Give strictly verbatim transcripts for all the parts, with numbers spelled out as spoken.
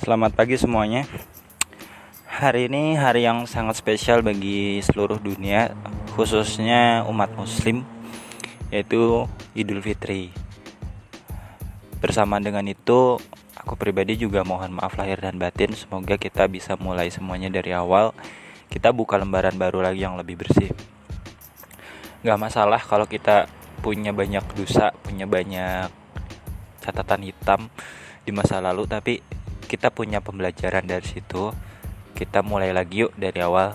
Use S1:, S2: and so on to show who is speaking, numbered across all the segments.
S1: Selamat pagi semuanya. Hari ini hari yang sangat spesial bagi seluruh dunia, khususnya umat muslim, yaitu Idul Fitri. Bersama dengan itu, aku pribadi juga mohon maaf lahir dan batin. Semoga kita bisa mulai semuanya dari awal. Kita buka lembaran baru lagi yang lebih bersih. Gak masalah kalau kita punya banyak dosa, punya banyak catatan hitam di masa lalu, tapi kita punya pembelajaran dari situ. Kita mulai lagi yuk dari awal.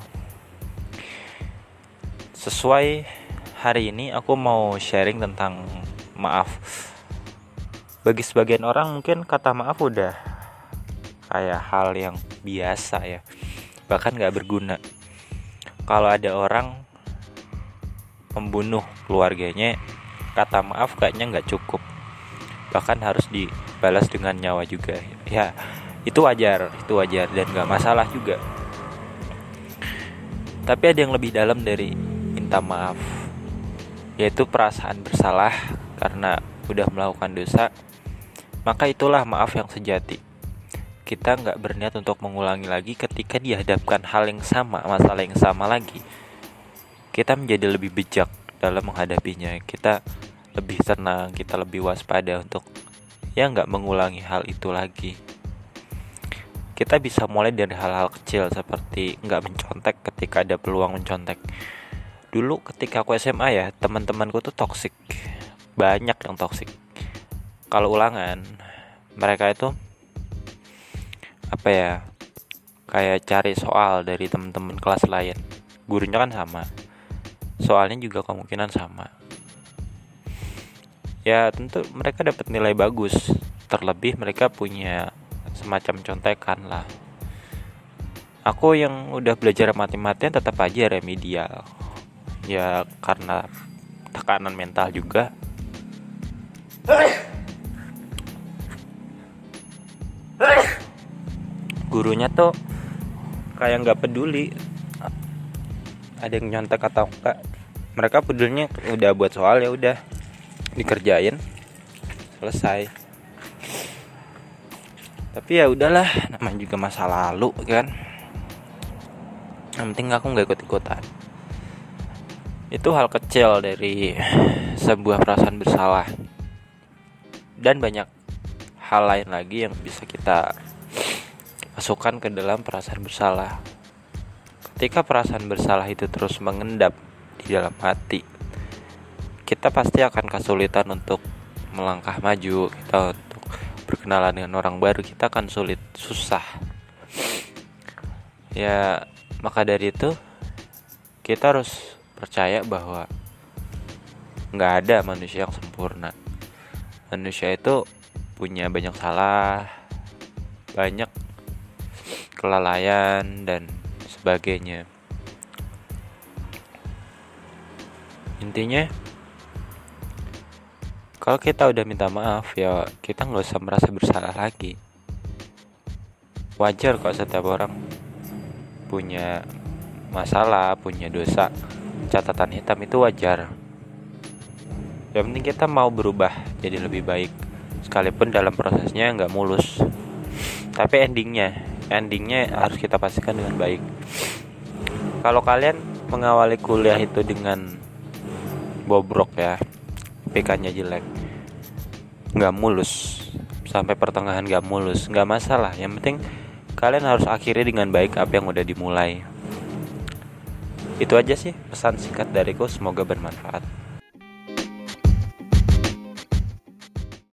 S1: Sesuai hari ini aku mau sharing tentang maaf. Bagi sebagian orang mungkin kata maaf udah kayak hal yang biasa ya, bahkan gak berguna. Kalau ada orang membunuh keluarganya, kata maaf kayaknya gak cukup, bahkan harus dibalas dengan nyawa juga. Ya, itu wajar, itu wajar dan gak masalah juga. Tapi ada yang lebih dalam dari minta maaf, yaitu perasaan bersalah karena udah melakukan dosa. Maka itulah maaf yang sejati. Kita gak berniat untuk mengulangi lagi. Ketika dihadapkan hal yang sama, masalah yang sama lagi, kita menjadi lebih bijak dalam menghadapinya. Kita lebih tenang, kita lebih waspada untuk ya gak mengulangi hal itu lagi. Kita bisa mulai dari hal-hal kecil seperti gak mencontek ketika ada peluang mencontek. Dulu ketika aku S M A ya, teman-temanku tuh toksik, banyak yang toksik. Kalau ulangan, mereka itu apa ya, kayak cari soal dari teman-teman kelas lain. Gurunya kan sama, soalnya juga kemungkinan sama. Ya tentu mereka dapat nilai bagus, terlebih mereka punya semacam contekan lah. Aku yang udah belajar mati-matian tetap aja remedial. Ya karena tekanan mental juga. Gurunya tuh kayak nggak peduli ada yang nyontek atau enggak. Mereka pedulinya udah buat soal, ya udah dikerjain, selesai. Tapi ya udahlah, namanya juga masa lalu kan. Yang penting aku nggak ikut-ikutan. Itu hal kecil dari sebuah perasaan bersalah. Dan banyak hal lain lagi yang bisa kita masukkan ke dalam perasaan bersalah. Ketika perasaan bersalah itu terus mengendap di dalam hati, kita pasti akan kesulitan untuk melangkah maju. Kita untuk berkenalan dengan orang baru, kita akan sulit, susah. Ya, maka dari itu kita harus percaya bahwa gak ada manusia yang sempurna. Manusia itu punya banyak salah, banyak kelalaian dan sebagainya. Intinya, kalau kita udah minta maaf, ya kita gak usah merasa bersalah lagi. Wajar kok setiap orang punya masalah, punya dosa, catatan hitam, itu wajar. Yang penting kita mau berubah jadi lebih baik, sekalipun dalam prosesnya gak mulus. Tapi endingnya Endingnya harus kita pastikan dengan baik. Kalau kalian mengawali kuliah itu dengan bobrok ya, I P K-nya jelek, gak mulus, sampai pertengahan gak mulus, gak masalah. Yang penting kalian harus akhiri dengan baik apa yang udah dimulai. Itu aja sih pesan singkat dariku, semoga bermanfaat.